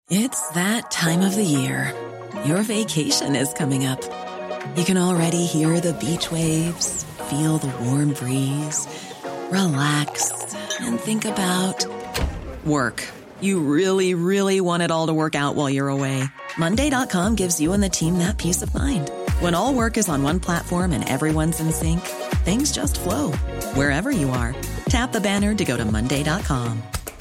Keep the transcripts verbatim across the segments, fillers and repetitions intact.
It's that time of the year. Your vacation is coming up. You can already hear the beach waves, feel the warm breeze, relax, and think about work. You really, really want it all to work out while you're away. Monday dot com gives you and the team that peace of mind. When all work is on one platform and everyone's in sync, things just flow. Wherever you are, tap the banner to go to Monday dot com.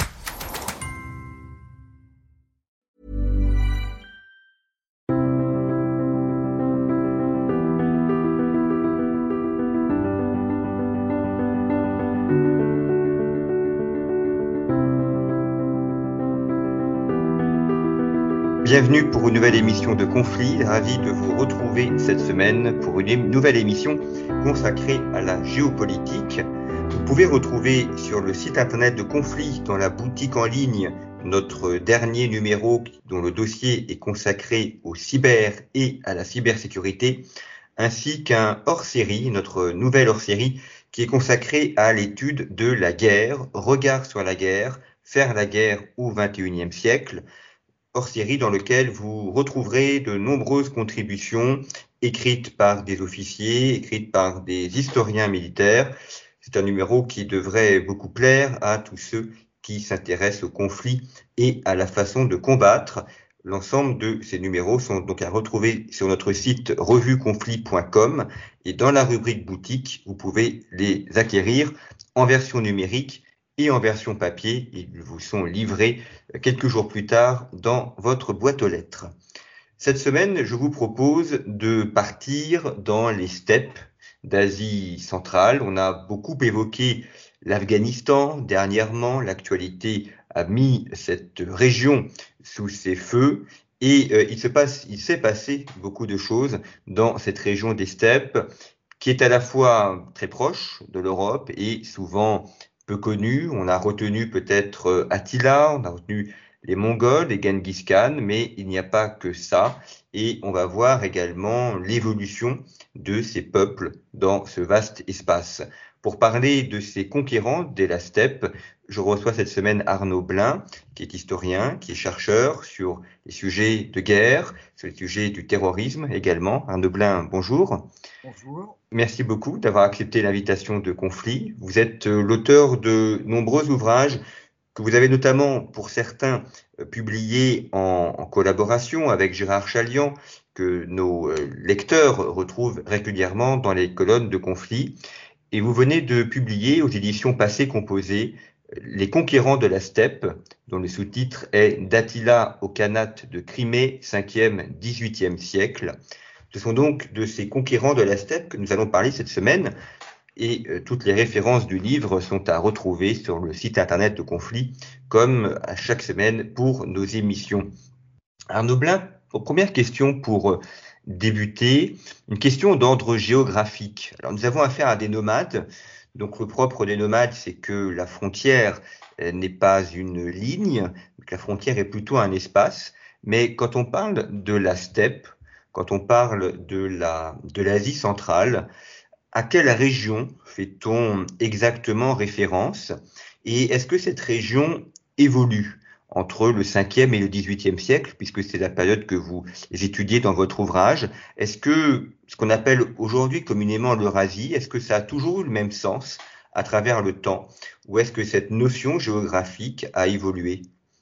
Bienvenue pour une nouvelle émission de Conflit. Ravi de vous retrouver cette semaine pour une nouvelle émission consacrée à la géopolitique. Vous pouvez retrouver sur le site internet de Conflit, dans la boutique en ligne, notre dernier numéro dont le dossier est consacré au cyber et à la cybersécurité, ainsi qu'un hors-série, notre nouvelle hors-série, qui est consacrée à l'étude de la guerre, regard sur la guerre, faire la guerre au vingt et unième siècle, hors-série dans lequel vous retrouverez de nombreuses contributions écrites par des officiers, écrites par des historiens militaires. C'est un numéro qui devrait beaucoup plaire à tous ceux qui s'intéressent au conflit et à la façon de combattre. L'ensemble de ces numéros sont donc à retrouver sur notre site revue conflit point com et dans la rubrique boutique, vous pouvez les acquérir en version numérique et en version papier. Ils vous sont livrés quelques jours plus tard dans votre boîte aux lettres. Cette semaine, je vous propose de partir dans les steppes d'Asie centrale. On a beaucoup évoqué l'Afghanistan dernièrement. L'actualité a mis cette région sous ses feux et euh, il se passe, il s'est passé beaucoup de choses dans cette région des steppes qui est à la fois très proche de l'Europe et souvent peu connu. On a retenu peut-être Attila, on a retenu les Mongols, les Genghis Khan, mais il n'y a pas que ça. Et on va voir également l'évolution de ces peuples dans ce vaste espace. Pour parler de ces conquérants dès la steppe, je reçois cette semaine Arnaud Blin, qui est historien, qui est chercheur sur les sujets de guerre, sur les sujets du terrorisme également. Arnaud Blin, bonjour. Bonjour. Merci beaucoup d'avoir accepté l'invitation de Conflit. Vous êtes l'auteur de nombreux ouvrages que vous avez notamment, pour certains, publiés en, en collaboration avec Gérard Chaliand, que nos lecteurs retrouvent régulièrement dans les colonnes de Conflit. Et vous venez de publier aux éditions Passé Composé Les conquérants de la steppe, dont le sous-titre est D'Attila au Khanat de Crimée, cinquième dix-huitième siècle. Ce sont donc de ces conquérants de la steppe que nous allons parler cette semaine et euh, toutes les références du livre sont à retrouver sur le site internet de Conflit, comme à chaque semaine pour nos émissions. Arnaud Blin, première question pour euh, débuter, une question d'ordre géographique. Alors nous avons affaire à des nomades, donc le propre des nomades c'est que la frontière euh, n'est pas une ligne, que la frontière est plutôt un espace, mais quand on parle de la steppe, quand on parle de la, de l'Asie centrale, à quelle région fait-on exactement référence? Et est-ce que cette région évolue entre le cinquième et le dix-huitième siècle, puisque c'est la période que vous étudiez dans votre ouvrage? Est-ce que ce qu'on appelle aujourd'hui communément l'Eurasie, est-ce que ça a toujours eu le même sens à travers le temps? Ou est-ce que cette notion géographique a évolué?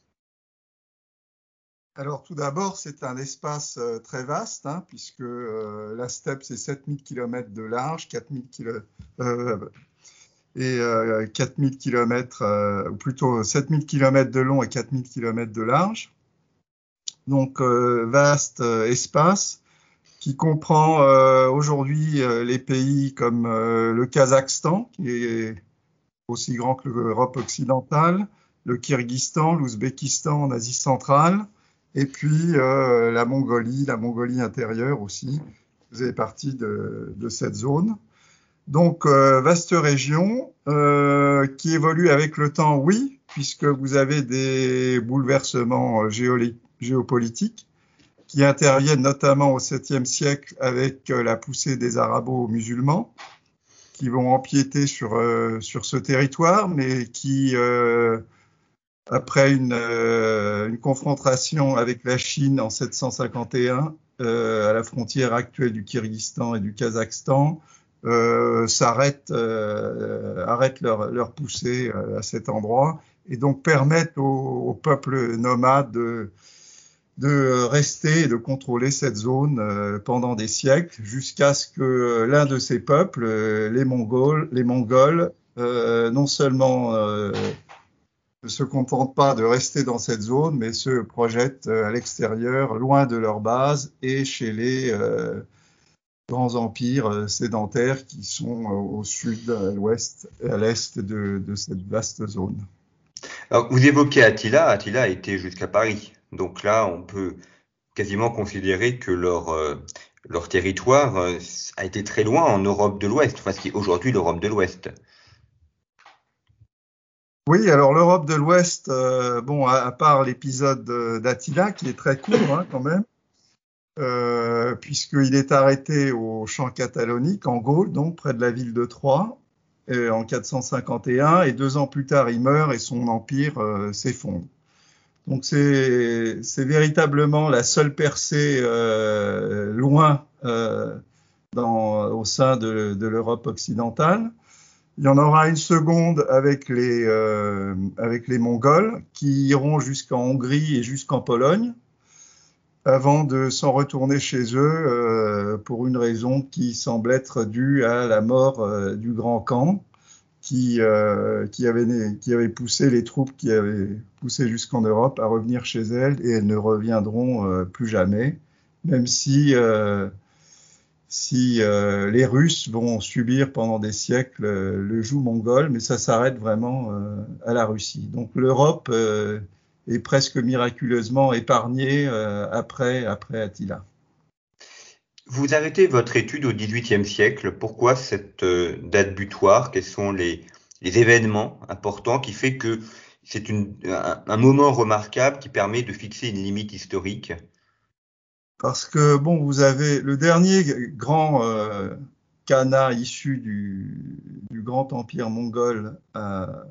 Alors tout d'abord, c'est un espace euh, très vaste, hein, puisque euh, la steppe, c'est sept mille kilomètres de large, quatre mille kilomètres, euh, et euh, quatre mille kilomètres, euh, ou plutôt sept mille kilomètres de long et quatre mille kilomètres de large. Donc euh, vaste euh, espace qui comprend euh, aujourd'hui euh, les pays comme euh, le Kazakhstan, qui est aussi grand que l'Europe occidentale, le Kyrgyzstan, l'Ouzbékistan en Asie centrale, et puis euh, la Mongolie, la Mongolie intérieure aussi, faisait partie de, de cette zone. Donc, euh, vaste région euh, qui évolue avec le temps, oui, puisque vous avez des bouleversements géoli- géopolitiques qui interviennent notamment au septième siècle avec euh, la poussée des arabo-musulmans qui vont empiéter sur, euh, sur ce territoire, mais qui... Euh, après une, euh, une confrontation avec la Chine en sept cent cinquante et un, euh, à la frontière actuelle du Kyrgyzstan et du Kazakhstan, euh, s'arrêtent, euh, arrêtent leur, leur poussée à cet endroit et donc permettent aux, aux peuples nomades de, de rester et de contrôler cette zone euh, pendant des siècles, jusqu'à ce que l'un de ces peuples, euh, les Mongols, les Mongols euh, non seulement euh, ne se contentent pas de rester dans cette zone, mais se projettent à l'extérieur, loin de leur base et chez les euh, grands empires sédentaires qui sont au sud, à l'ouest et à l'est de, de cette vaste zone. Alors, vous évoquez Attila. Attila a été jusqu'à Paris. Donc là, on peut quasiment considérer que leur, euh, leur territoire euh, a été très loin en Europe de l'Ouest, enfin ce qui est aujourd'hui l'Europe de l'Ouest. Oui, alors l'Europe de l'Ouest, euh, bon, à, à part l'épisode d'Attila, qui est très court hein, quand même, euh, puisqu'il est arrêté au champ catalonique, en Gaule, donc près de la ville de Troyes, euh, en quatre cent cinquante et un, et deux ans plus tard, il meurt et son empire euh, s'effondre. Donc c'est c'est véritablement la seule percée euh, loin euh, dans, au sein de, de l'Europe occidentale. Il y en aura une seconde avec les, euh, avec les Mongols qui iront jusqu'en Hongrie et jusqu'en Pologne avant de s'en retourner chez eux euh, pour une raison qui semble être due à la mort euh, du Grand Khan qui, euh, qui, avait, qui avait poussé les troupes qui avaient poussé jusqu'en Europe à revenir chez elles et elles ne reviendront euh, plus jamais, même si... Euh, si euh, les Russes vont subir pendant des siècles euh, le joug mongol, mais ça s'arrête vraiment euh, à la Russie. Donc l'Europe euh, est presque miraculeusement épargnée euh, après, après Attila. Vous arrêtez votre étude au dix-huitième siècle. Pourquoi cette euh, date butoir? Quels sont les, les événements importants qui fait que c'est une, un, un moment remarquable qui permet de fixer une limite historique? Parce que, bon, vous avez le dernier grand euh, khanat issu du, du grand empire mongol à,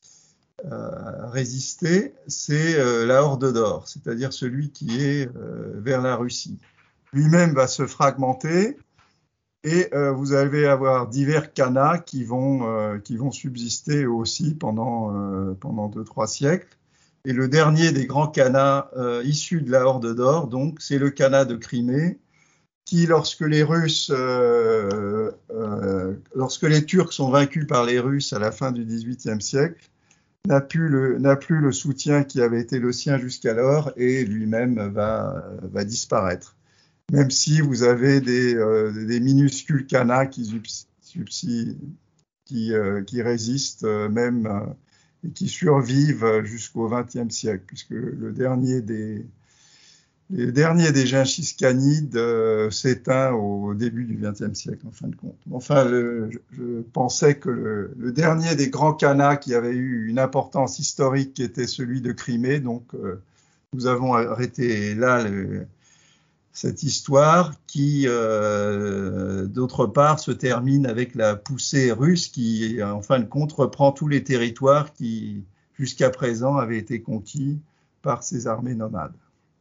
à résister, c'est euh, la Horde d'Or, c'est-à-dire celui qui est euh, vers la Russie. Lui-même va se fragmenter et euh, vous allez avoir divers khanats qui vont, euh, qui vont subsister aussi pendant, euh, pendant deux, trois siècles. Et le dernier des grands khanats euh, issus de la Horde d'Or, donc, c'est le khanat de Crimée, qui, lorsque les Russes, euh, euh, lorsque les Turcs sont vaincus par les Russes à la fin du dix-huitième siècle, n'a plus le, n'a plus le soutien qui avait été le sien jusqu'alors et lui-même va, va disparaître. Même si vous avez des, euh, des minuscules khanats qui, subsistent, qui, euh, qui résistent euh, même euh, et qui survivent jusqu'au vingtième siècle, puisque le dernier des, le dernier des Gengis Khanides euh, s'éteint au début du vingtième siècle, en fin de compte. Enfin, le, je, je pensais que le, le dernier des grands khanats qui avait eu une importance historique était celui de Crimée, donc euh, nous avons arrêté là le, cette histoire qui, euh, d'autre part, se termine avec la poussée russe qui, en fin de compte, reprend tous les territoires qui, jusqu'à présent, avaient été conquis par ces armées nomades.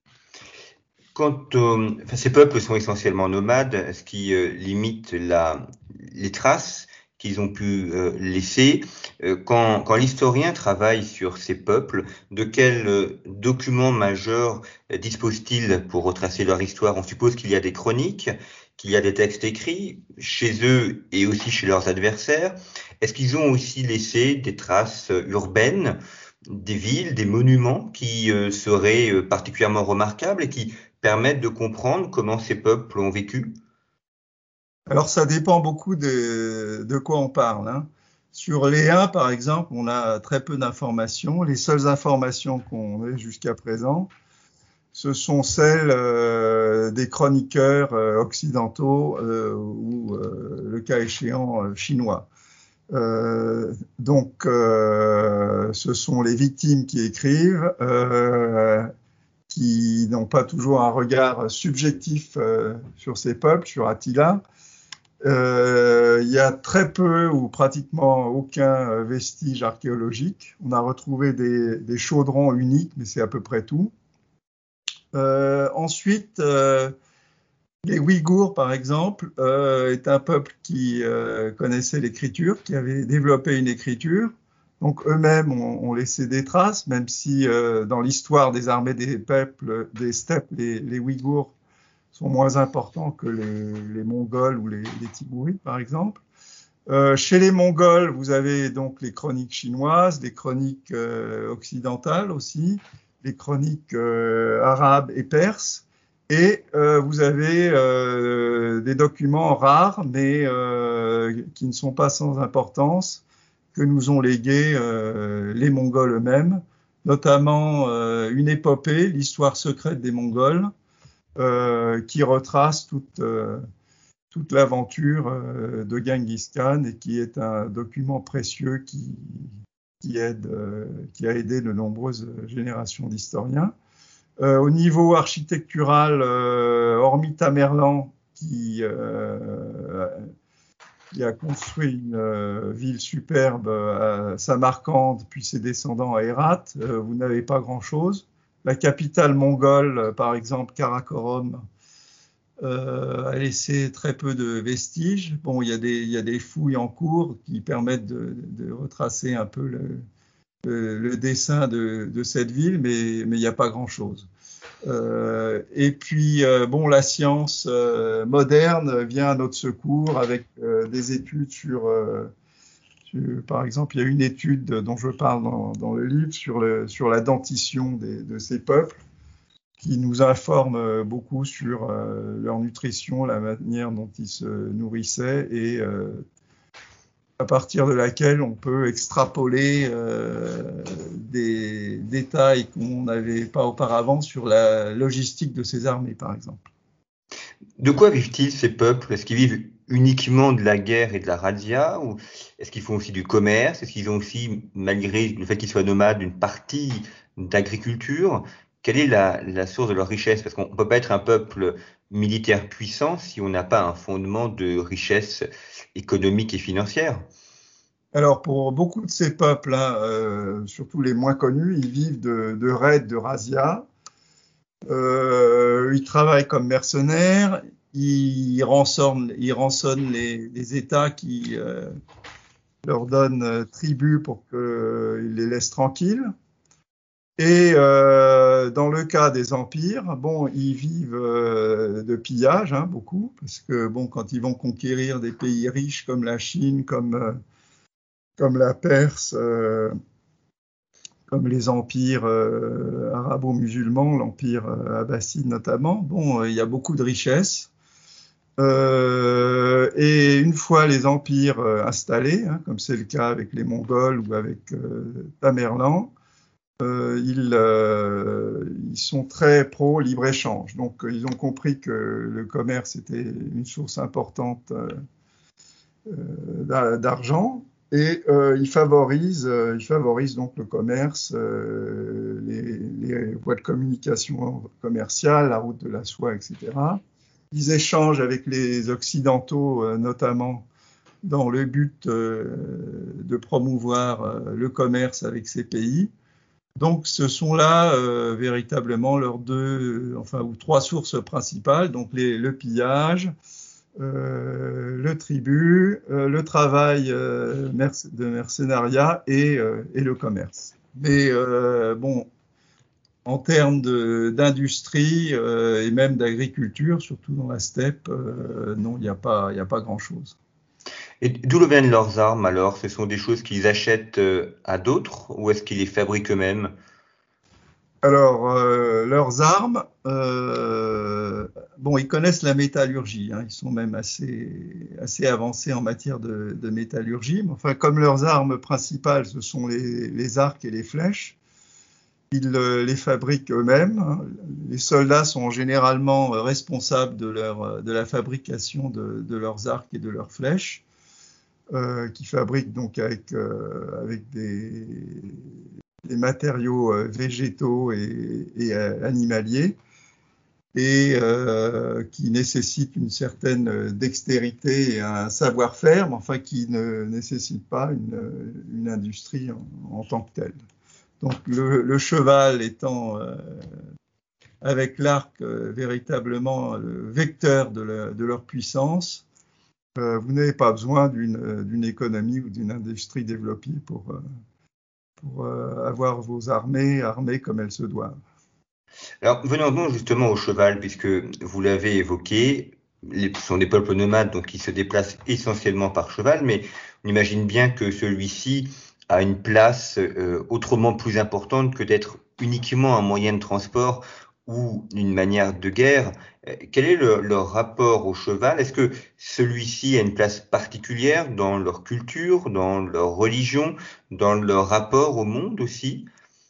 Quand euh, enfin, ces peuples sont essentiellement nomades, ce qui euh, limite la, les traces qu'ils ont pu euh, laisser. Euh, quand, quand l'historien travaille sur ces peuples, de quels euh, documents majeurs euh, dispose-t-il pour retracer leur histoire? On suppose qu'il y a des chroniques, qu'il y a des textes écrits chez eux et aussi chez leurs adversaires. Est-ce qu'ils ont aussi laissé des traces euh, urbaines, des villes, des monuments qui euh, seraient euh, particulièrement remarquables et qui permettent de comprendre comment ces peuples ont vécu? Alors, ça dépend beaucoup de, de quoi on parle. Hein. Sur les Huns, par exemple, on a très peu d'informations. Les seules informations qu'on ait jusqu'à présent, ce sont celles euh, des chroniqueurs euh, occidentaux euh, ou, euh, le cas échéant, euh, chinois. Euh, donc, euh, ce sont les victimes qui écrivent, euh, qui n'ont pas toujours un regard subjectif euh, sur ces peuples, sur Attila. Euh, il y a très peu ou pratiquement aucun vestige archéologique. On a retrouvé des, des chaudrons uniques, mais c'est à peu près tout. Euh, ensuite, euh, les Ouïghours, par exemple, euh, est un peuple qui euh, connaissait l'écriture, qui avait développé une écriture. Donc eux-mêmes ont, ont laissé des traces, même si euh, dans l'histoire des armées des peuples des steppes, les, les Ouïghours sont moins importants que les, les Mongols ou les, les Tibourides, par exemple. Euh, chez les Mongols, vous avez donc les chroniques chinoises, les chroniques euh, occidentales aussi, les chroniques euh, arabes et perses, et euh, vous avez euh, des documents rares, mais euh, qui ne sont pas sans importance, que nous ont légués euh, les Mongols eux-mêmes, notamment euh, une épopée, l'histoire secrète des Mongols, euh, qui retrace toute, euh, toute l'aventure euh, de Genghis Khan et qui est un document précieux qui, qui, aide, euh, qui a aidé de nombreuses générations d'historiens. Euh, au niveau architectural, euh, hormis Tamerlan, qui, euh, qui a construit une euh, ville superbe à Samarcande, puis ses descendants à Hérat, euh, vous n'avez pas grand-chose. La capitale mongole, par exemple, Karakorum, euh, a laissé très peu de vestiges. Bon, il y a des, il y a des fouilles en cours qui permettent de, de retracer un peu le, le, le dessin de, de cette ville, mais, mais il n'y a pas grand-chose. Euh, et puis, euh, bon, la science euh, moderne vient à notre secours avec euh, des études sur, euh, sur, par exemple, il y a une étude dont je parle dans, dans le livre sur, le, sur la dentition des, de ces peuples, qui nous informe beaucoup sur euh, leur nutrition, la manière dont ils se nourrissaient et euh, à partir de laquelle on peut extrapoler euh, des détails qu'on n'avait pas auparavant sur la logistique de ces armées, par exemple. De quoi vivent-ils ces peuples? Est-ce qu'ils vivent uniquement de la guerre et de la razzia, ou est-ce qu'ils font aussi du commerce? Est-ce qu'ils ont aussi, malgré le fait qu'ils soient nomades, une partie d'agriculture? Quelle est la, la source de leur richesse? Parce qu'on ne peut pas être un peuple militaire puissant si on n'a pas un fondement de richesse économique et financière. Alors, pour beaucoup de ces peuples, hein, euh, surtout les moins connus, ils vivent de, de raids, de razzias. Euh, ils travaillent comme mercenaires. Ils rançonnent, ils rançonnent les, les États qui euh, leur donnent euh, tribut pour qu'ils euh, les laissent tranquilles. Et euh, dans le cas des empires, bon, ils vivent euh, de pillage, hein, beaucoup, parce que bon, quand ils vont conquérir des pays riches comme la Chine, comme euh, comme la Perse, euh, comme les empires euh, arabo-musulmans, l'empire euh, abbasside notamment, bon, euh, il y a beaucoup de richesses. Euh, et une fois les empires euh, installés, hein, comme c'est le cas avec les Mongols ou avec euh, Tamerlan, euh, ils, euh, ils sont très pro libre-échange. Donc, euh, ils ont compris que le commerce était une source importante euh, d'argent. Et euh, ils favorisent, euh, ils favorisent donc le commerce, euh, les, les voies de communication commerciale, la route de la soie, et cetera. Ils échangent avec les Occidentaux, euh, notamment dans le but euh, de promouvoir euh, le commerce avec ces pays. Donc, ce sont là euh, véritablement leurs deux, enfin, ou trois sources principales. Donc, les, le pillage, Euh, le tribut, euh, le travail euh, merc- de mercenariat et, euh, et le commerce. Mais euh, bon, en termes d'industrie euh, et même d'agriculture, surtout dans la steppe, euh, non, il n'y a pas, il n'y a pas grand-chose. Et d'où viennent leurs armes alors? Ce sont des choses qu'ils achètent euh, à d'autres, ou est-ce qu'ils les fabriquent eux-mêmes? Alors, euh, leurs armes, euh, bon, ils connaissent la métallurgie, hein, ils sont même assez, assez avancés en matière de, de métallurgie. Mais enfin, comme leurs armes principales, ce sont les, les arcs et les flèches, ils euh, les fabriquent eux-mêmes. Hein. Les soldats sont généralement responsables de, leur, de la fabrication de, de leurs arcs et de leurs flèches, euh, qui fabriquent donc avec, euh, avec des des matériaux euh, végétaux et, et euh, animaliers. et euh, qui nécessite une certaine dextérité et un savoir-faire, mais enfin qui ne nécessite pas une, une industrie en, en tant que telle. Donc le, le cheval étant euh, avec l'arc euh, véritablement le vecteur de, la, de leur puissance, euh, vous n'avez pas besoin d'une, d'une économie ou d'une industrie développée pour, euh, pour euh, avoir vos armées armées comme elles se doivent. Alors, venons-en justement au cheval, puisque vous l'avez évoqué, les, ce sont des peuples nomades, donc qui se déplacent essentiellement par cheval, mais on imagine bien que celui-ci a une place euh, autrement plus importante que d'être uniquement un moyen de transport ou une manière de guerre. Euh, quel est le, leur rapport au cheval? Est-ce que celui-ci a une place particulière dans leur culture, dans leur religion, dans leur rapport au monde aussi?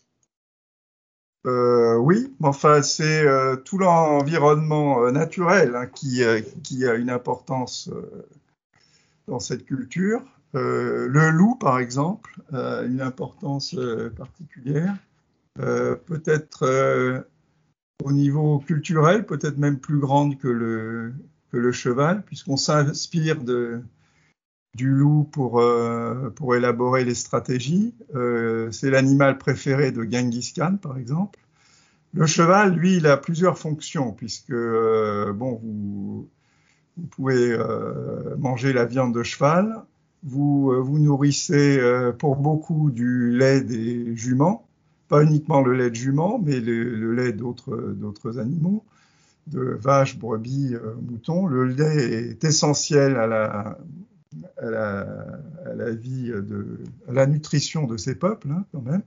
Euh, oui, mais enfin c'est euh, tout l'environnement euh, naturel hein, qui, euh, qui a une importance euh, dans cette culture. Euh, le loup, par exemple, a une importance euh, particulière. Euh, peut-être euh, au niveau culturel, peut-être même plus grande que le, que le cheval, puisqu'on s'inspire de, du loup pour, euh, pour élaborer les stratégies. Euh, c'est l'animal préféré de Genghis Khan, par exemple. Le cheval, lui, il a plusieurs fonctions, puisque euh, bon, vous, vous pouvez euh, manger la viande de cheval, vous euh, vous nourrissez euh, pour beaucoup du lait des juments, pas uniquement le lait de jument, mais le, le lait d'autres, d'autres animaux, de vaches, brebis, euh, moutons. Le lait est essentiel à la, à la, à la vie, de, à la nutrition de ces peuples, hein, quand même.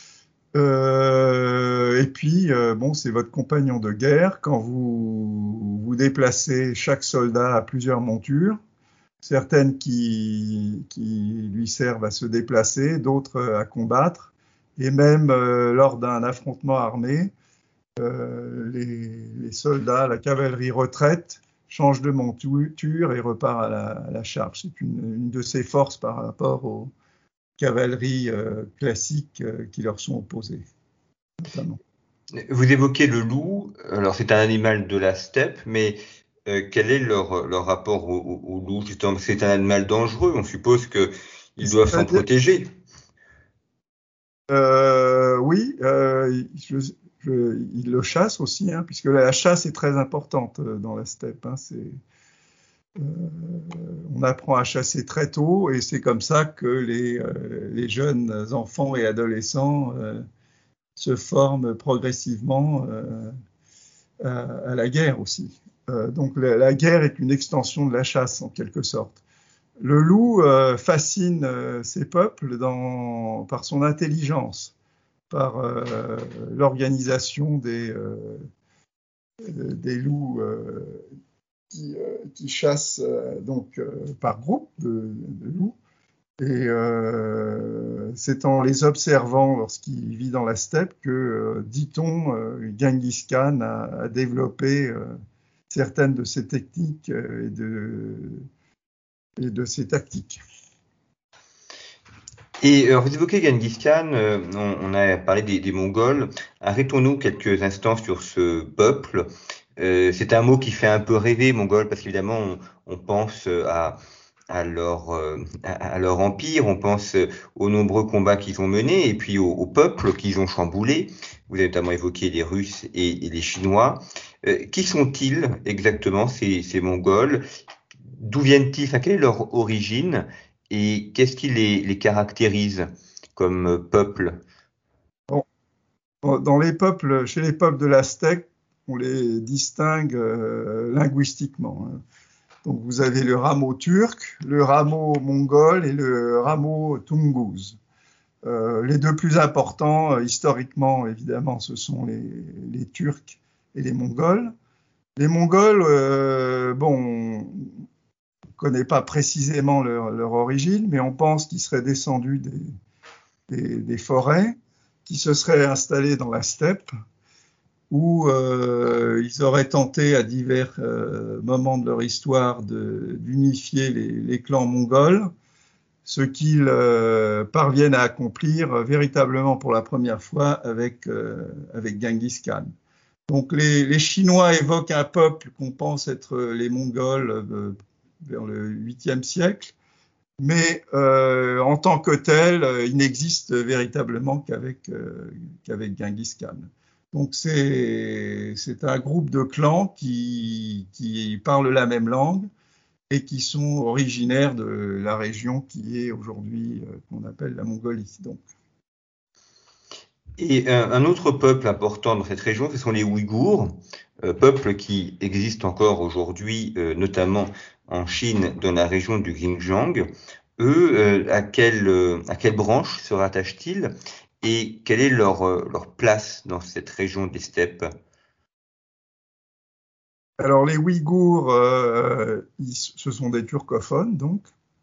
Euh, et puis, euh, bon, c'est votre compagnon de guerre quand vous vous déplacez, chaque soldat a plusieurs montures, certaines qui, qui lui servent à se déplacer, d'autres à combattre, et même euh, lors d'un affrontement armé, euh, les, les soldats, la cavalerie retraite, change de monture et repart à la, à la charge. C'est une, une de ses forces par rapport aux cavaleries euh, classiques euh, qui leur sont opposées, notamment. Vous évoquez le loup, alors c'est un animal de la steppe, mais euh, quel est leur, leur rapport au, au, au loup? Justement, c'est un animal dangereux, on suppose qu'ils doivent s'en protéger. Euh, oui, euh, je, je, ils le chassent aussi, hein, puisque la chasse est très importante dans la steppe. Hein, c'est, euh, on apprend à chasser très tôt et c'est comme ça que les, euh, les jeunes enfants et adolescents euh, se forment progressivement euh, à, à la guerre aussi. Euh, donc la, la guerre est une extension de la chasse en quelque sorte. Le loup euh, fascine euh, ces peuples dans, par son intelligence, par euh, l'organisation des, euh, des loups euh, qui, euh, qui chassent euh, donc euh, par groupe de, de loups. Et euh, c'est en les observant lorsqu'il vit dans la steppe que, euh, dit-on, euh, Genghis Khan a, a développé euh, certaines de ses techniques euh, et de et de ses tactiques. Et euh, vous évoquez Genghis Khan, euh, on, on a parlé des, des Mongols. Arrêtons-nous quelques instants sur ce peuple. Euh, c'est un mot qui fait un peu rêver, Mongol, parce qu'évidemment, on, on pense à, à, leur, euh, à, à leur empire, on pense aux nombreux combats qu'ils ont menés, et puis au, au peuple qu'ils ont chamboulé. Vous avez notamment évoqué les Russes et, et les Chinois. Euh, qui sont-ils exactement, ces, ces Mongols? D'où viennent-ils? Enfin, quelle est leur origine et qu'est-ce qui les, les caractérise comme peuple? Bon, dans les peuples, chez les peuples de la steppe, on les distingue euh, linguistiquement. Hein. Donc vous avez le rameau turc, le rameau mongol et le rameau toungouz. Euh, les deux plus importants, euh, historiquement évidemment, ce sont les, les Turcs et les Mongols. Les Mongols, euh, bon, on ne connaît pas précisément leur, leur origine, mais on pense qu'ils seraient descendus des, des, des forêts, qui se seraient installés dans la steppe, où euh, ils auraient tenté à divers euh, moments de leur histoire de, d'unifier les, les clans mongols, ce qu'ils euh, parviennent à accomplir euh, véritablement pour la première fois avec, euh, avec Genghis Khan. Donc les, les Chinois évoquent un peuple qu'on pense être les Mongols euh, vers le huitième siècle, mais euh, en tant que tel, il n'existe véritablement qu'avec euh, qu'avec Genghis Khan. Donc c'est c'est un groupe de clans qui, qui parlent la même langue et qui sont originaires de la région qui est aujourd'hui, euh, qu'on appelle la Mongolie. Donc. Et un, un autre peuple important dans cette région, ce sont les Ouïghours, euh, peuple qui existe encore aujourd'hui, euh, notamment en Chine, dans la région du Xinjiang. Eux, euh, à quelle, euh, à quelle branche se rattachent-ils et quelle est leur, euh, leur place dans cette région des steppes? Alors les Ouïghours, euh, ils, ce sont des turcophones, donc.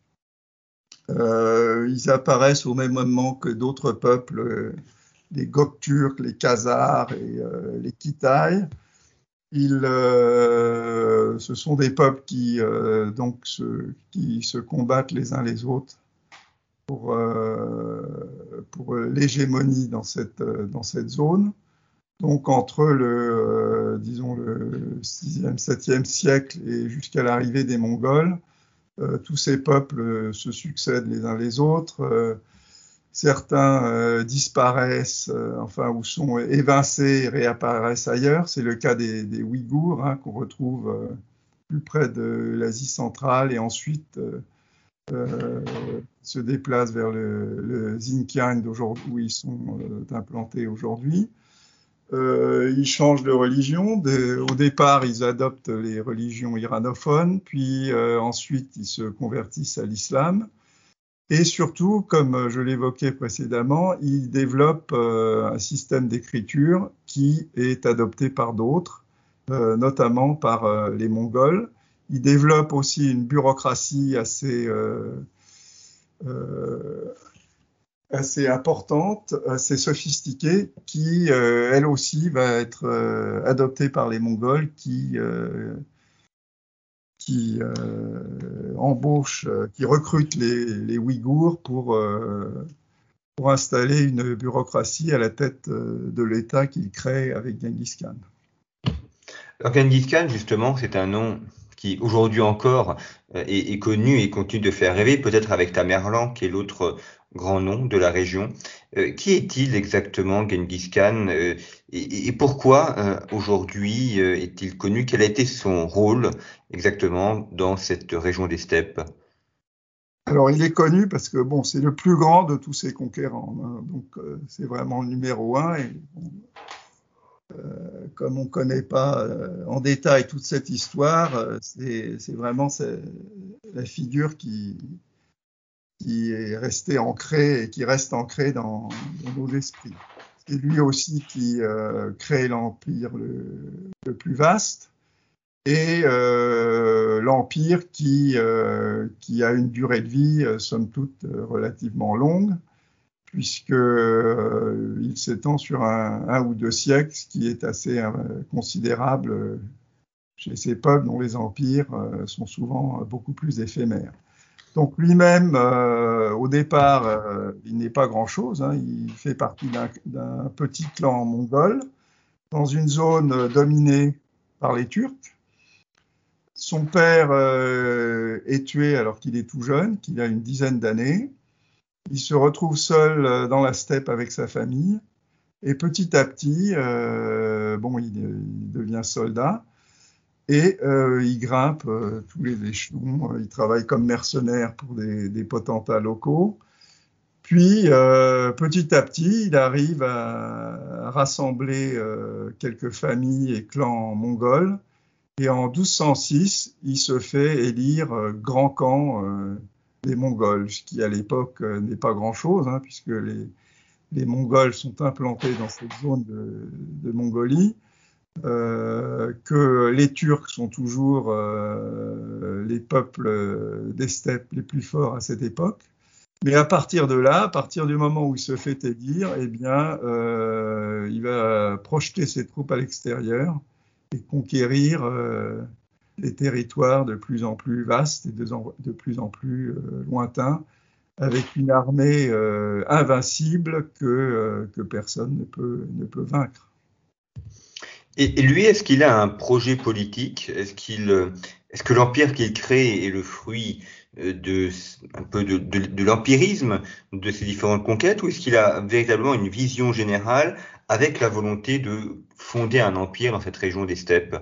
Euh, ils apparaissent au même moment que d'autres peuples, euh, les Gokturks, les Khazars et euh, les Kitaïs. Ils, euh, ce sont des peuples qui, euh, donc, se, qui se combattent les uns les autres pour, euh, pour l'hégémonie dans cette, dans cette zone. Donc entre le, euh, disons le sixième, septième siècle et jusqu'à l'arrivée des Mongols, euh, tous ces peuples euh, se succèdent les uns les autres. Euh, certains euh, disparaissent, euh, enfin, ou sont évincés et réapparaissent ailleurs. C'est le cas des, des Ouïghours, hein, qu'on retrouve euh, plus près de l'Asie centrale et ensuite euh, euh, se déplacent vers le, le Xinjiang d'aujourd'hui, où ils sont euh, implantés aujourd'hui. Euh, ils changent de religion. De, au départ, ils adoptent les religions iranophones, puis euh, ensuite ils se convertissent à l'islam. Et surtout, comme je l'évoquais précédemment, ils développent euh, un système d'écriture qui est adopté par d'autres, euh, notamment par euh, les Mongols. Ils développent aussi une bureaucratie assez euh, euh, assez importante, assez sophistiquée, qui, euh, elle aussi, va être euh, adoptée par les Mongols, qui, euh, qui euh, embauchent, euh, qui recrutent les, les Ouïghours pour, euh, pour installer une bureaucratie à la tête euh, de l'État qu'ils créent avec Genghis Khan. Alors, Genghis Khan, justement, c'est un nom qui aujourd'hui encore euh, est, est connu et continue de faire rêver, peut-être avec Tamerlan, qui est l'autre grand nom de la région. Euh, qui est-il exactement, Genghis Khan, euh, et, et pourquoi euh, aujourd'hui euh, est-il connu? Quel a été son rôle exactement dans cette région des steppes? Alors, il est connu parce que bon, c'est le plus grand de tous ses conquérants, hein, donc euh, c'est vraiment le numéro un. Et, bon, euh, comme on ne connaît pas euh, en détail toute cette histoire, euh, c'est, c'est vraiment c'est la figure qui, qui est restée ancrée et qui reste ancrée dans, dans nos esprits. C'est lui aussi qui euh, crée l'empire le, le plus vaste et euh, l'empire qui, euh, qui a une durée de vie, euh, somme toute, euh, relativement longue, puisque euh, il s'étend sur un, un ou deux siècles, ce qui est assez euh, considérable euh, chez ces peuples dont les empires euh, sont souvent beaucoup plus éphémères. Donc lui-même, euh, au départ, euh, il n'est pas grand-chose, hein, il fait partie d'un, d'un petit clan mongol dans une zone dominée par les Turcs. Son père euh, est tué alors qu'il est tout jeune, qu'il a une dizaine d'années. Il se retrouve seul euh, dans la steppe avec sa famille. Et petit à petit, euh, bon, il, il devient soldat et euh, il grimpe euh, tous les échelons. Il travaille comme mercenaire pour des, des potentats locaux. Puis, euh, petit à petit, il arrive à, à rassembler euh, quelques familles et clans mongols. Et en douze cent six, il se fait élire euh, grand khan euh, des Mongols, ce qui à l'époque euh, n'est pas grand-chose, hein, puisque les, les Mongols sont implantés dans cette zone de, de Mongolie, euh, que les Turcs sont toujours euh, les peuples des steppes les plus forts à cette époque. Mais à partir de là, à partir du moment où il se fait élire, eh bien, euh, il va projeter ses troupes à l'extérieur et conquérir euh, des territoires de plus en plus vastes et de, de plus en plus euh, lointains, avec une armée euh, invincible que, euh, que personne ne peut, ne peut vaincre. Et, et lui, est-ce qu'il a un projet politique? Est-ce qu'il, est-ce que l'empire qu'il crée est le fruit de un peu de, de, de l'empirisme de ces différentes conquêtes, ou est-ce qu'il a véritablement une vision générale avec la volonté de fonder un empire dans cette région des steppes?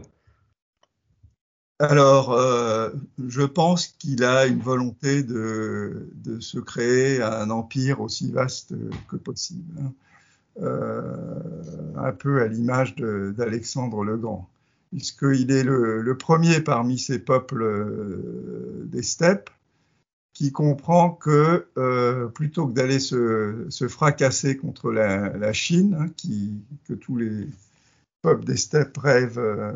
Alors, euh, je pense qu'il a une volonté de, de se créer un empire aussi vaste que possible, hein. Euh, un peu à l'image de, d'Alexandre le Grand, puisqu'il est le, le premier parmi ces peuples euh, des steppes qui comprend que euh, plutôt que d'aller se, se fracasser contre la, la Chine, hein, qui, que tous les peuples des steppes rêvent euh,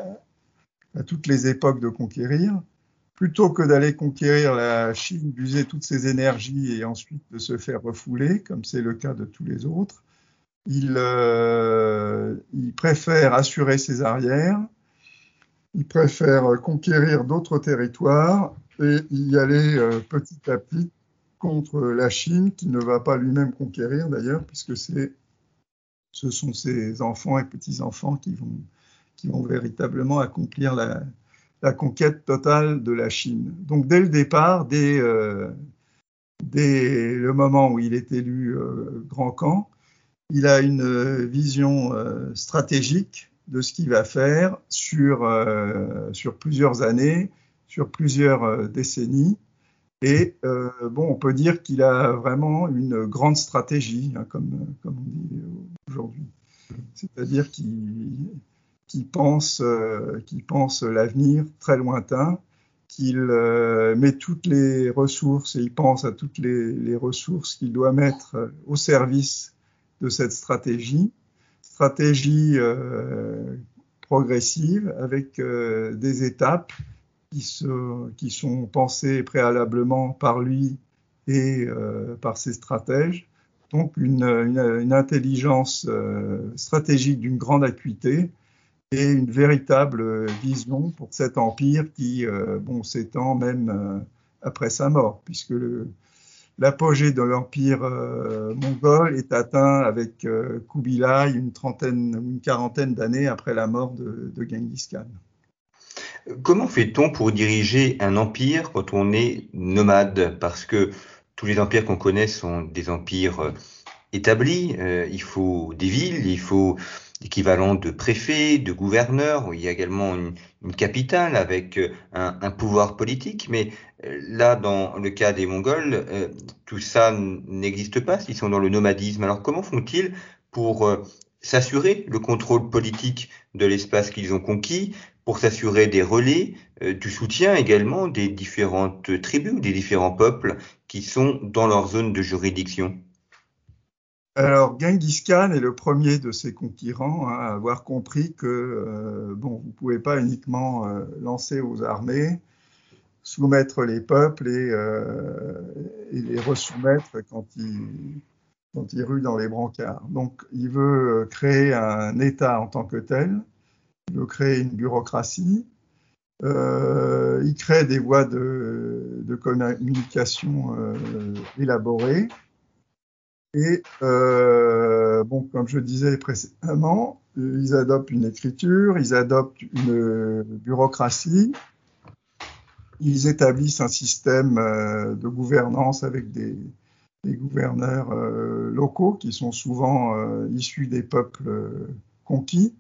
à toutes les époques de conquérir, plutôt que d'aller conquérir la Chine, d'user toutes ses énergies et ensuite de se faire refouler, comme c'est le cas de tous les autres, il, euh, il préfère assurer ses arrières, il préfère conquérir d'autres territoires et y aller euh, petit à petit contre la Chine, qui ne va pas lui-même conquérir d'ailleurs, puisque c'est, ce sont ses enfants et petits-enfants qui vont, qui vont véritablement accomplir la, la conquête totale de la Chine. Donc dès le départ, dès, euh, dès le moment où il est élu euh, grand khan, il a une vision euh, stratégique de ce qu'il va faire sur, euh, sur plusieurs années, sur plusieurs euh, décennies. Et euh, bon, on peut dire qu'il a vraiment une grande stratégie, hein, comme, comme on dit aujourd'hui. C'est-à-dire qu'il, qu'il pense, euh, qu'il pense l'avenir très lointain, qu'il euh, met toutes les ressources et il pense à toutes les, les ressources qu'il doit mettre au service de cette stratégie, stratégie euh, progressive avec euh, des étapes qui, se, qui sont pensées préalablement par lui et euh, par ses stratèges. Donc une, une, une intelligence euh, stratégique d'une grande acuité et une véritable vision pour cet empire qui euh, bon, s'étend même euh, après sa mort, puisque le, l'apogée de l'empire euh, mongol est atteint avec euh, Kubilai une trentaine, une quarantaine d'années après la mort de, de Genghis Khan. Comment fait-on pour diriger un empire quand on est nomade? Parce que tous les empires qu'on connaît sont des empires établis. Euh, il faut des villes, il faut l'équivalent de préfets, de gouverneurs. Il y a également une, une capitale avec un, un pouvoir politique. Mais là, dans le cas des Mongols, euh, tout ça n'existe pas s'ils sont dans le nomadisme. Alors comment font-ils pour euh, s'assurer le contrôle politique de l'espace qu'ils ont conquis, pour s'assurer des relais, euh, du soutien également des différentes tribus ou des différents peuples qui sont dans leur zone de juridiction? Alors, Genghis Khan est le premier de ses conquérants hein, à avoir compris que euh, bon, vous ne pouvez pas uniquement euh, lancer aux armées, soumettre les peuples et, euh, et les resoumettre quand ils, quand ils ruent dans les brancards. Donc, il veut créer un État en tant que tel, il veut créer une bureaucratie, euh, il crée des voies de, de communication euh, élaborées. Et euh, bon, comme je disais précédemment, ils adoptent une écriture, ils adoptent une bureaucratie, ils établissent un système euh, de gouvernance avec des, des gouverneurs euh, locaux qui sont souvent euh, issus des peuples euh, conquis.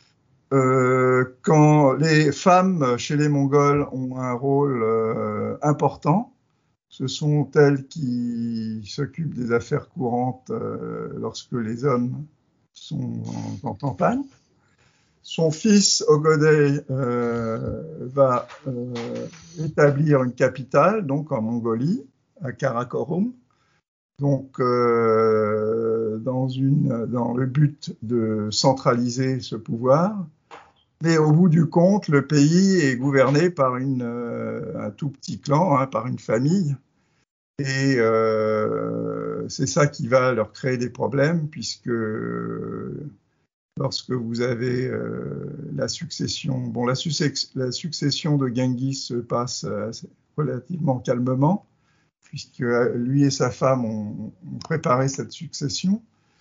Euh, quand les femmes chez les Mongols ont un rôle euh, important, ce sont elles qui s'occupent des affaires courantes euh, lorsque les hommes sont en, en campagne. Son fils, Ogodei, euh, va euh, établir une capitale, donc en Mongolie, à Karakorum, donc euh, dans, une, dans le but de centraliser ce pouvoir. Mais au bout du compte, le pays est gouverné par une, euh, un tout petit clan, hein, par une famille. Et euh, c'est ça qui va leur créer des problèmes, puisque lorsque vous avez euh, la succession, bon, la, success, la succession de Genghis se passe relativement calmement, puisque lui et sa femme ont, ont préparé cette succession.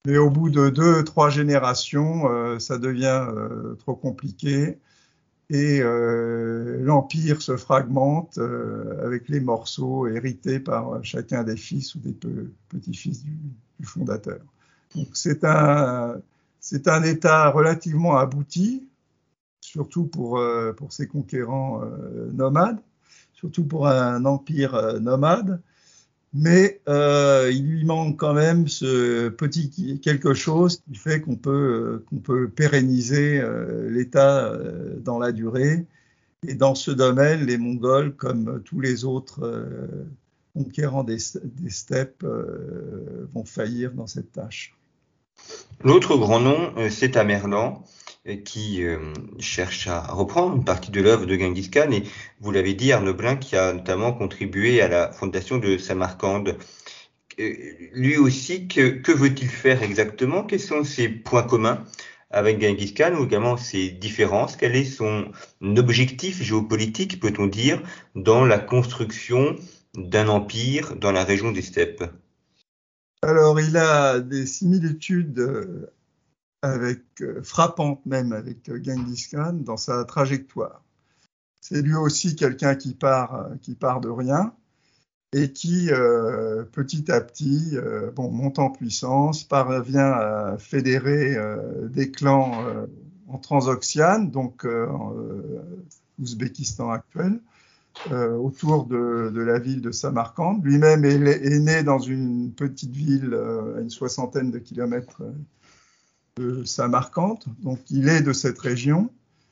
Mais au bout de deux, trois générations, euh, ça devient euh, trop compliqué et euh, l'empire se fragmente euh, avec les morceaux hérités par chacun des fils ou des pe- petits-fils du, du fondateur. Donc c'est un, c'est un État relativement abouti, surtout pour, euh, pour ses conquérants euh, nomades, surtout pour un empire euh, nomade. Mais euh, il lui manque quand même ce petit quelque chose qui fait qu'on peut, euh, qu'on peut pérenniser euh, l'État euh, dans la durée. Et dans ce domaine, les Mongols, comme tous les autres euh, conquérants des, des steppes, euh, vont faillir dans cette tâche. L'autre grand nom, euh, c'est Tamerlan, euh, qui euh, cherche à reprendre une partie de l'œuvre de Genghis Khan. Et vous l'avez dit, Arnaud Blin, qui a notamment contribué à la fondation de Samarcande. Euh, lui aussi, que, que veut-il faire exactement? Quels sont ses points communs avec Genghis Khan ou également ses différences? Quel est son objectif géopolitique, peut-on dire, dans la construction d'un empire dans la région des steppes? Alors, il a des similitudes euh, avec, euh, frappantes même avec euh, Genghis Khan dans sa trajectoire. C'est lui aussi quelqu'un qui part, euh, qui part de rien et qui, euh, petit à petit, euh, bon, monte en puissance, parvient à fédérer euh, des clans euh, en Transoxiane, donc euh, en euh, Ouzbékistan actuel, euh, autour de, de la ville de Samarcande. Lui-même est, est né dans une petite ville euh, à une soixantaine de kilomètres de Samarcande, donc il est de cette région.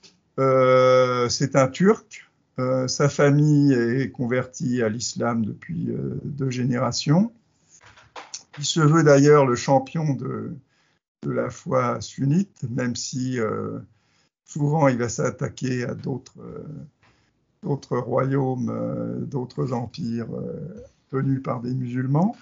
Euh, c'est un Turc. Euh, sa famille est convertie à l'islam depuis euh, deux générations. Il se veut d'ailleurs le champion de, de la foi sunnite, même si euh, souvent il va s'attaquer à d'autres euh, d'autres royaumes, euh, d'autres empires euh, tenus par des musulmans.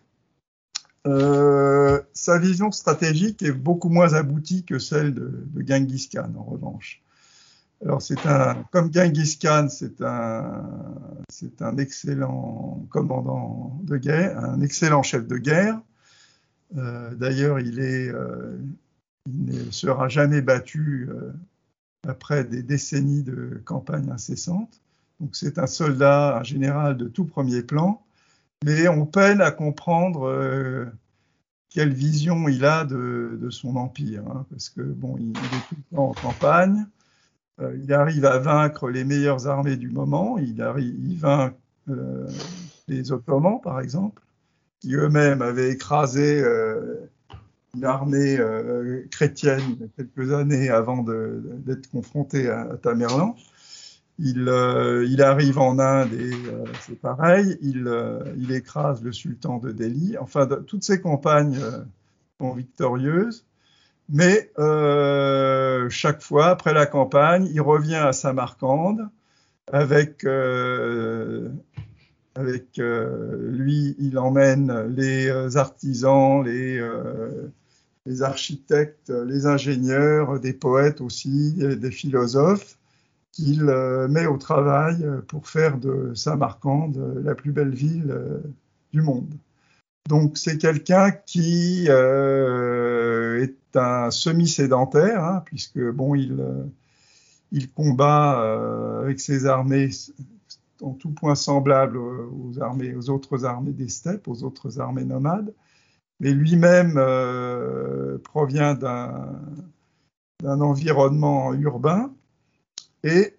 Euh, sa vision stratégique est beaucoup moins aboutie que celle de, de Genghis Khan, en revanche. Alors, c'est un, comme Genghis Khan, c'est un, c'est un excellent commandant de guerre, un excellent chef de guerre. Euh, d'ailleurs, il est, euh, il ne sera jamais battu euh, après des décennies de campagne incessante. Donc, c'est un soldat, un général de tout premier plan, mais on peine à comprendre euh, quelle vision il a de, de son empire, hein, parce que bon, il, il est tout le temps en campagne. Euh, il arrive à vaincre les meilleures armées du moment. Il, arrive, il vainc euh, les Ottomans, par exemple, qui eux-mêmes avaient écrasé euh, une armée euh, chrétienne quelques années avant de, d'être confronté à, à Tamerlan. Il, euh, il arrive en Inde et euh, c'est pareil. Il, euh, il écrase le sultan de Delhi. Enfin, de, toutes ces campagnes euh, sont victorieuses. Mais euh, chaque fois, après la campagne, il revient à Samarcande avec, euh, avec euh, lui, il emmène les artisans, les, euh, les architectes, les ingénieurs, des poètes aussi, des philosophes, qu'il euh, met au travail pour faire de Samarcande la plus belle ville euh, du monde. Donc c'est quelqu'un qui euh, est un semi-sédentaire, hein, puisque bon, il, euh, il combat euh, avec ses armées en tout point semblables aux armées, aux autres armées des steppes, aux autres armées nomades, mais lui-même euh, provient d'un, d'un environnement urbain et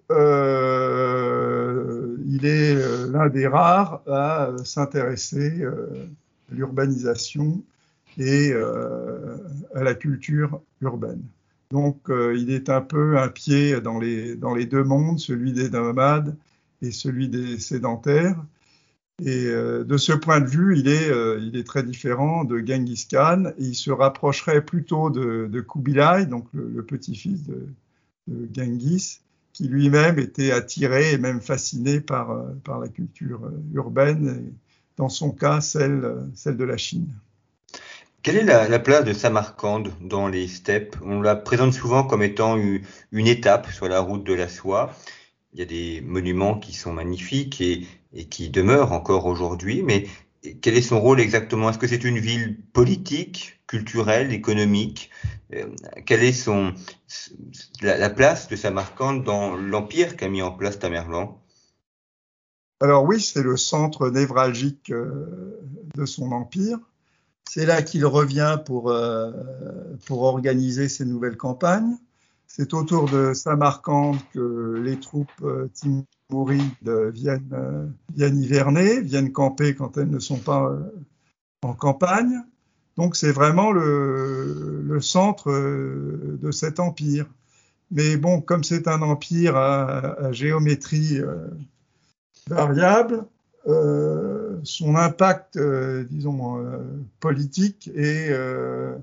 euh, il est l'un des rares à s'intéresser euh, l'urbanisation et euh, à la culture urbaine. Donc, euh, il est un peu un pied dans les, dans les deux mondes, celui des nomades et celui des sédentaires. Et euh, de ce point de vue, il est, euh, il est très différent de Genghis Khan. Et il se rapprocherait plutôt de, de Kubilai, donc le, le petit-fils de, de Genghis, qui lui-même était attiré et même fasciné par, par la culture urbaine, et dans son cas, celle, celle de la Chine. Quelle est la, la place de Samarcande dans les steppes? On la présente souvent comme étant une, une étape sur la route de la soie. Il y a des monuments qui sont magnifiques et, et qui demeurent encore aujourd'hui, mais quel est son rôle exactement? Est-ce que c'est une ville politique, culturel, économique? Euh, quelle est son, la, la place de Samarcande dans l'empire qu'a mis en place Tamerlan? Alors oui, c'est le centre névralgique euh, de son empire. C'est là qu'il revient pour, euh, pour organiser ses nouvelles campagnes. C'est autour de Samarcande que les troupes euh, timourides viennent, euh, viennent hiverner, viennent camper quand elles ne sont pas euh, en campagne. Donc c'est vraiment le, le centre euh, de cet empire. Mais bon, comme c'est un empire à, à géométrie euh, variable, euh, son impact, euh, disons, euh, politique est, euh,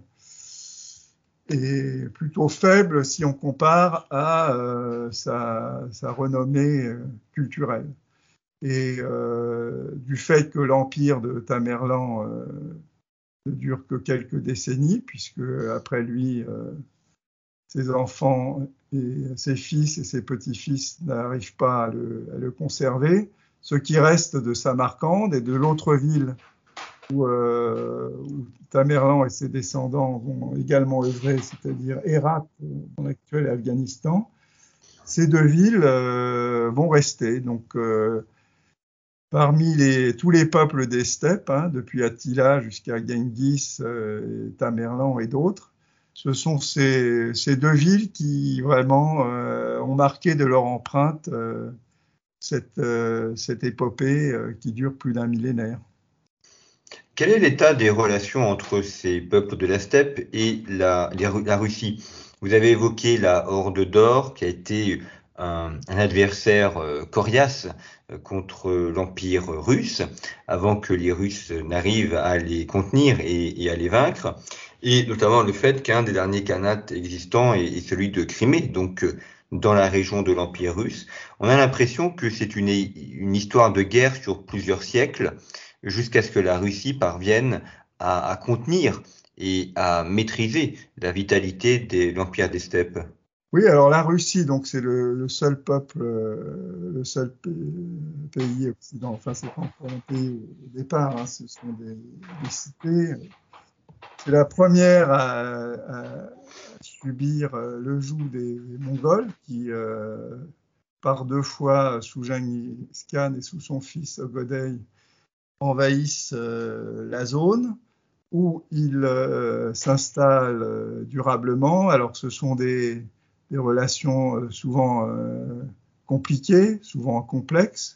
est plutôt faible si on compare à euh, sa, sa renommée euh, culturelle. Et euh, du fait que l'empire de Tamerlan euh, ne dure que quelques décennies, puisque après lui, euh, ses enfants et ses fils et ses petits-fils n'arrivent pas à le, à le conserver. Ce qui reste de Samarcande et de l'autre ville où, euh, où Tamerlan et ses descendants vont également œuvrer, c'est-à-dire Hérat, dans l'actuel Afghanistan, ces deux villes euh, vont rester. Donc, euh, parmi les, tous les peuples des steppes, hein, depuis Attila jusqu'à Genghis, euh, Tamerlan et d'autres, ce sont ces, ces deux villes qui vraiment euh, ont marqué de leur empreinte euh, cette, euh, cette épopée euh, qui dure plus d'un millénaire. Quel est l'état des relations entre ces peuples de la steppe et la, la Russie? Vous avez évoqué la Horde d'Or, qui a été un, un adversaire euh, coriace euh, contre l'Empire russe, avant que les Russes n'arrivent à les contenir et, et à les vaincre, et notamment le fait qu'un des derniers khanates existants est, est celui de Crimée, donc euh, dans la région de l'Empire russe. On a l'impression que c'est une, une histoire de guerre sur plusieurs siècles, jusqu'à ce que la Russie parvienne à, à contenir et à maîtriser la vitalité de l'Empire des steppes. Oui, alors la Russie, donc c'est le, le seul peuple, euh, le seul pays occidental, enfin c'est pas encore un pays au départ, hein, ce sont des, des cités. C'est la première à, à, à subir le joug des, des Mongols qui, euh, par deux fois, sous Genghis Khan et sous son fils Ogodei, envahissent euh, la zone où ils euh, s'installent euh, durablement. Alors ce sont des, des relations euh, souvent euh, compliquées, souvent complexes,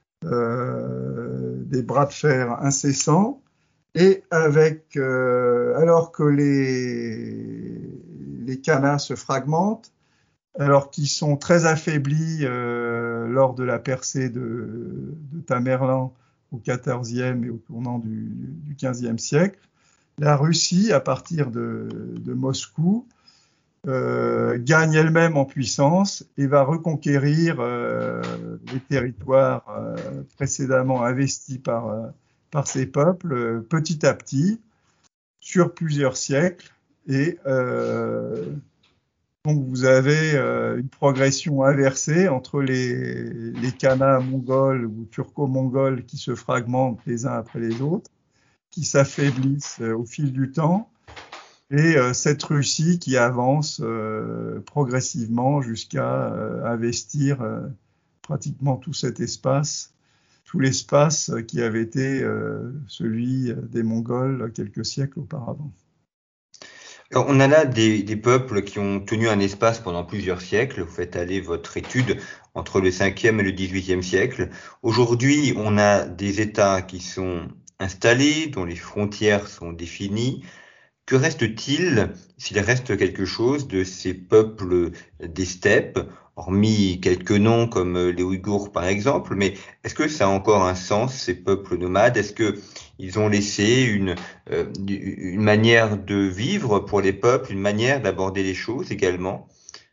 euh, des bras de fer incessants, et avec, euh, alors que les, les khanats se fragmentent, alors qu'ils sont très affaiblis euh, lors de la percée de, de Tamerlan au quatorzième et au tournant du, du quinzième siècle, la Russie, à partir de, de Moscou, euh, gagne elle-même en puissance et va reconquérir euh, les territoires euh, précédemment investis par, euh, par ces peuples euh, petit à petit, sur plusieurs siècles. Et euh, donc vous avez euh, une progression inversée entre les, les khanats mongols ou turco-mongols qui se fragmentent les uns après les autres, qui s'affaiblissent euh, au fil du temps, et euh, cette Russie qui avance euh, progressivement jusqu'à euh, investir euh, pratiquement tout cet espace, tout l'espace qui avait été euh, celui des Mongols quelques siècles auparavant. Alors, on a là des, des peuples qui ont tenu un espace pendant plusieurs siècles. Vous faites aller votre étude entre le cinquième et le dix-huitième siècle. Aujourd'hui, on a des États qui sont installés, dont les frontières sont définies. Que reste-t-il, s'il reste quelque chose, de ces peuples des steppes, hormis quelques noms comme les Ouïghours par exemple, mais est-ce que ça a encore un sens, ces peuples nomades? Est-ce que ils ont laissé une, euh, une manière de vivre pour les peuples, une manière d'aborder les choses également?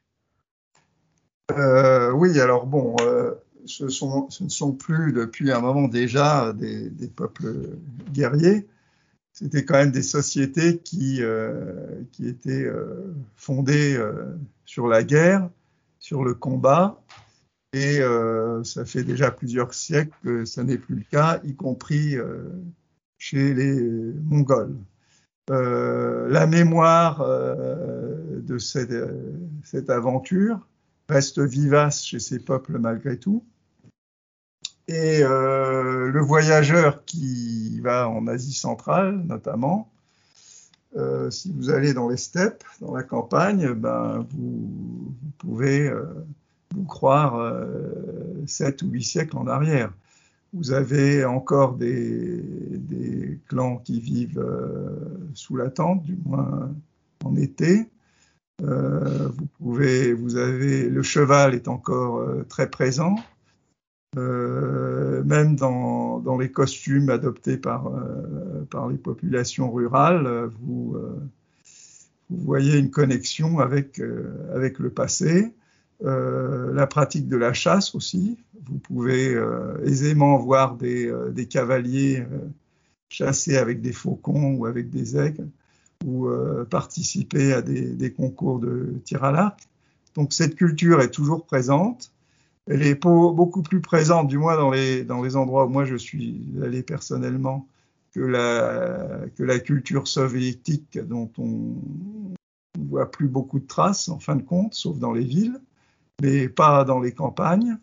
Euh, oui, alors bon, euh, ce, sont, ce ne sont plus depuis un moment déjà des, des peuples guerriers. C'était quand même des sociétés qui, euh, qui étaient euh, fondées euh, sur la guerre, sur le combat, et euh, ça fait déjà plusieurs siècles que ça n'est plus le cas, y compris euh, chez les Mongols. Euh, la mémoire euh, de cette, euh, cette aventure reste vivace chez ces peuples malgré tout. Et euh, le voyageur qui va en Asie centrale, notamment, euh, si vous allez dans les steppes, dans la campagne, ben, vous, vous pouvez euh, vous croire euh, sept ou huit siècles en arrière. Vous avez encore des, des clans qui vivent euh, sous la tente, du moins en été. Euh, vous pouvez, vous avez, le cheval est encore euh, très présent. Euh, même dans, dans les costumes adoptés par, euh, par les populations rurales, vous, euh, vous voyez une connexion avec, euh, avec le passé. Euh, la pratique de la chasse aussi. Vous pouvez euh, aisément voir des, euh, des cavaliers euh, chasser avec des faucons ou avec des aigles, ou euh, participer à des, des concours de tir à l'arc. Donc cette culture est toujours présente. Elle est beaucoup plus présente, du moins dans les, dans les endroits où moi je suis allé personnellement, que la, que la culture soviétique dont on ne voit plus beaucoup de traces en fin de compte, sauf dans les villes, mais pas dans les campagnes.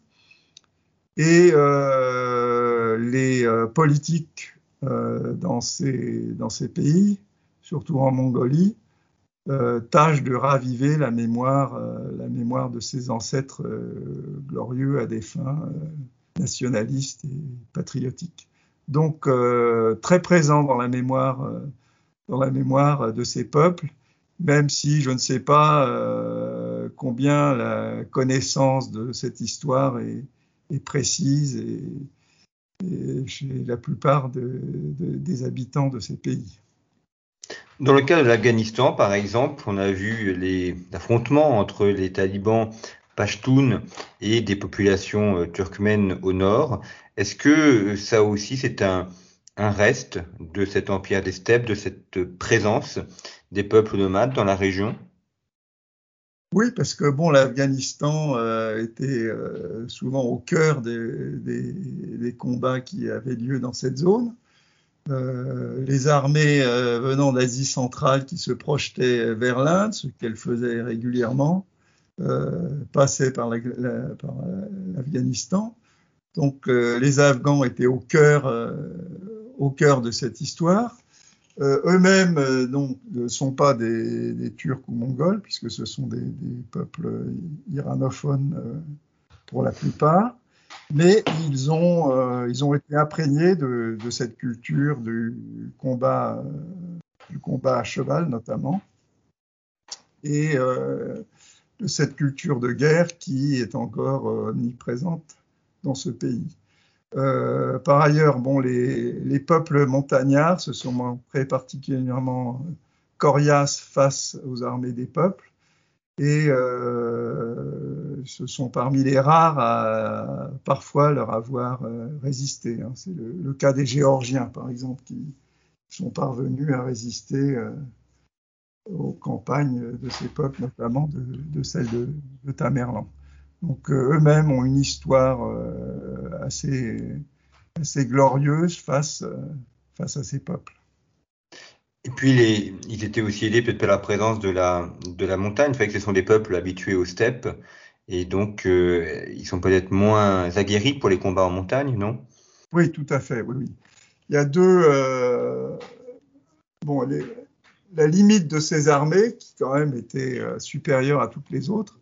Et euh, les euh, politiques euh, dans, ces, dans ces pays, surtout en Mongolie, Euh, tâche de raviver la mémoire, euh, la mémoire de ses ancêtres euh, glorieux à des fins euh, nationalistes et patriotiques. Donc euh, très présent dans la mémoire, euh, dans la mémoire de ces peuples, même si je ne sais pas euh, combien la connaissance de cette histoire est, est précise et, et chez la plupart de, de, des habitants de ces pays. Dans le cas de l'Afghanistan, par exemple, on a vu les affrontements entre les talibans pashtuns et des populations euh, turkmènes au nord. Est-ce que ça aussi, c'est un, un reste de cet empire des steppes, de cette présence des peuples nomades dans la région? Oui, parce que bon, l'Afghanistan euh, était euh, souvent au cœur des, des, des combats qui avaient lieu dans cette zone. Euh, les armées euh, venant d'Asie centrale qui se projetaient vers l'Inde, ce qu'elles faisaient régulièrement, euh, passaient par, la, la, par l'Afghanistan. Donc euh, les Afghans étaient au cœur, euh, au cœur de cette histoire. Euh, eux-mêmes euh, donc, ne sont pas des, des Turcs ou Mongols, puisque ce sont des, des peuples iranophones euh, pour la plupart. Mais ils ont, euh, ils ont été imprégnés de, de cette culture du combat, euh, du combat à cheval notamment, et euh, de cette culture de guerre qui est encore euh, omniprésente dans ce pays. Euh, par ailleurs, bon, les, les peuples montagnards se sont montrés particulièrement coriaces face aux armées des peuples, et euh, ce sont parmi les rares à parfois leur avoir euh, résisté. Hein. C'est le, le cas des Géorgiens, par exemple, qui sont parvenus à résister euh, aux campagnes de ces peuples, notamment de, de celle de, de Tamerlan. Donc euh, eux-mêmes ont une histoire euh, assez, assez glorieuse face, euh, face à ces peuples. Et puis, les, ils étaient aussi aidés peut-être par la présence de la, de la montagne. Fait que ce sont des peuples habitués aux steppes. Et donc, euh, ils sont peut-être moins aguerris pour les combats en montagne, non? Oui, tout à fait. Oui, oui. Il y a deux... Euh, bon, les, la limite de ces armées, qui quand même était euh, supérieure à toutes les autres,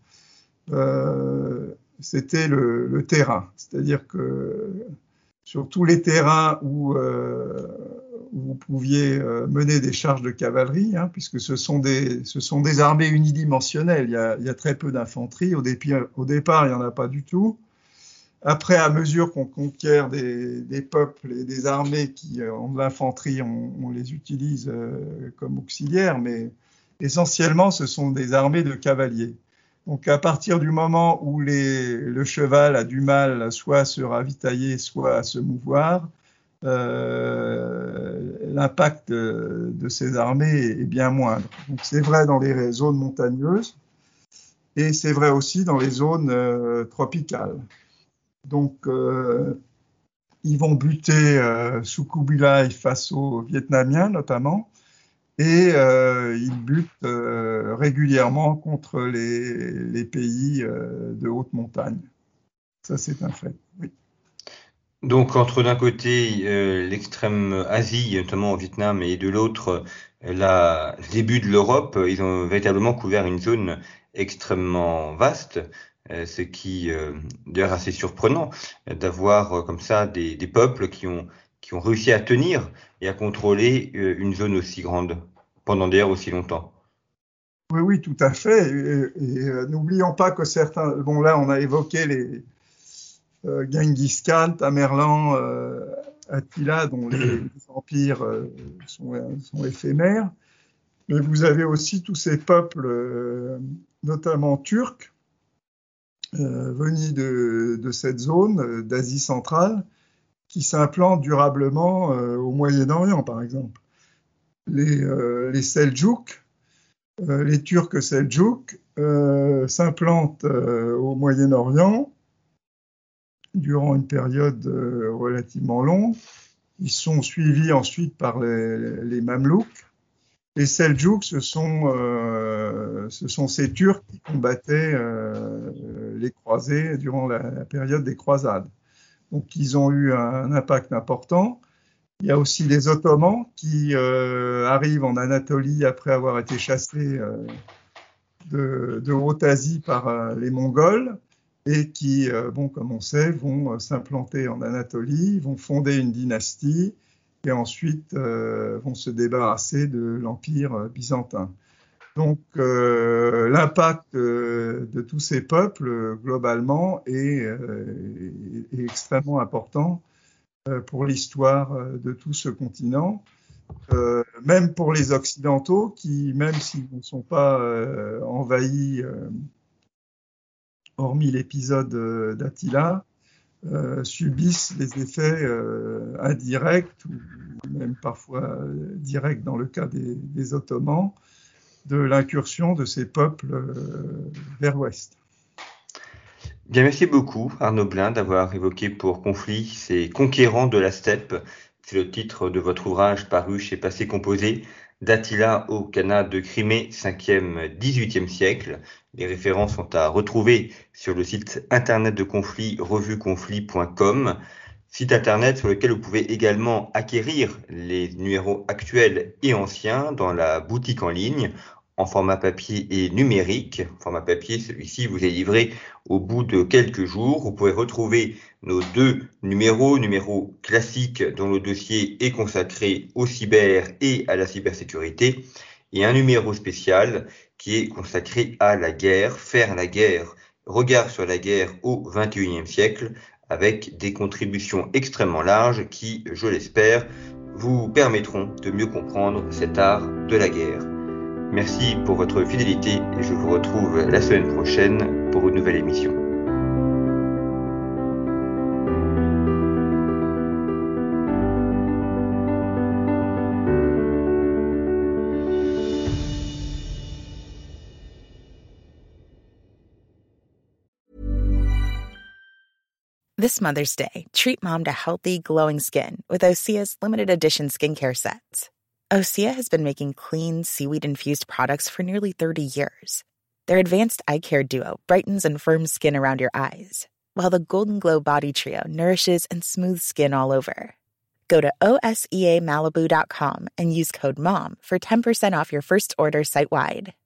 euh, c'était le, le terrain. C'est-à-dire que sur tous les terrains où... Euh, où vous pouviez euh, mener des charges de cavalerie, hein, puisque ce sont, des, ce sont des armées unidimensionnelles. Il y a, il y a très peu d'infanterie. Au, au départ, il n'y en a pas du tout. Après, à mesure qu'on conquiert des, des peuples et des armées qui euh, ont de l'infanterie, on, on les utilise euh, comme auxiliaires, mais essentiellement, ce sont des armées de cavaliers. Donc, à partir du moment où les, le cheval a du mal soit à se ravitailler, soit à se mouvoir, Euh, l'impact de, de ces armées est bien moindre. Donc c'est vrai dans les zones montagneuses et c'est vrai aussi dans les zones euh, tropicales. Donc euh, ils vont buter euh, sous Kubilai face aux Vietnamiens notamment, et euh, il bute euh, régulièrement contre les, les pays euh, de haute montagne. Ça, c'est un fait, oui. Donc, entre d'un côté euh, l'extrême Asie, notamment au Vietnam, et de l'autre euh, la, le début de l'Europe, ils ont véritablement couvert une zone extrêmement vaste, euh, ce qui euh, d'ailleurs assez surprenant euh, d'avoir euh, comme ça des, des peuples qui ont qui ont réussi à tenir et à contrôler euh, une zone aussi grande pendant d'ailleurs aussi longtemps. Oui, oui, tout à fait. Et, et euh, n'oublions pas que certains, bon là, on a évoqué les euh, Genghis Khan, Tamerlan, euh, Attila, dont les empires euh, sont, sont éphémères. Mais vous avez aussi tous ces peuples, euh, notamment turcs, euh, venus de, de cette zone euh, d'Asie centrale, qui s'implantent durablement euh, au Moyen-Orient, par exemple. Les, euh, les Seldjouks, euh, les Turcs Seldjouks, euh, s'implantent euh, au Moyen-Orient durant une période euh, relativement longue. Ils sont suivis ensuite par les, les Mamelouks. Les Seldjouks, ce sont, euh, ce sont ces Turcs qui combattaient euh, les croisés durant la, la période des croisades. Donc, ils ont eu un impact important. Il y a aussi les Ottomans qui euh, arrivent en Anatolie après avoir été chassés euh, de, de Haute-Asie par euh, les Mongols et qui, euh, bon, comme on sait, vont euh, s'implanter en Anatolie, vont fonder une dynastie et ensuite euh, vont se débarrasser de l'Empire byzantin. Donc euh, l'impact euh, de tous ces peuples, euh, globalement, est, euh, est extrêmement important euh, pour l'histoire euh, de tout ce continent. Euh, même pour les Occidentaux, qui, même s'ils ne sont pas euh, envahis, euh, hormis l'épisode euh, d'Attila, Euh, subissent les effets euh, indirects ou même parfois euh, directs dans le cas des, des Ottomans de l'incursion de ces peuples euh, vers l'ouest. Bien, merci beaucoup Arnaud Blin d'avoir évoqué pour Conflit ces conquérants de la steppe. C'est le titre de votre ouvrage paru chez Passé Composé, d'Attila au Khanat de Crimée, cinquième dix-huitième siècle. Les références sont à retrouver sur le site internet de Conflit, revue conflit point com, site internet sur lequel vous pouvez également acquérir les numéros actuels et anciens dans la boutique en ligne, en format papier et numérique. Format papier, celui-ci vous est livré au bout de quelques jours. Vous pouvez retrouver nos deux numéros, numéros classiques dont le dossier est consacré au cyber et à la cybersécurité, et un numéro spécial qui est consacré à la guerre, faire la guerre, regard sur la guerre au vingt et unième siècle, avec des contributions extrêmement larges qui, je l'espère, vous permettront de mieux comprendre cet art de la guerre. Merci pour votre fidélité et je vous retrouve la semaine prochaine pour une nouvelle émission. This Mother's Day, treat mom to healthy, glowing skin with Osea's limited edition skincare sets. Osea has been making clean, seaweed-infused products for nearly thirty years. Their advanced eye care duo brightens and firms skin around your eyes, while the Golden Glow Body Trio nourishes and smooths skin all over. Go to O S E A Malibu dot com and use code MOM for ten percent off your first order site-wide.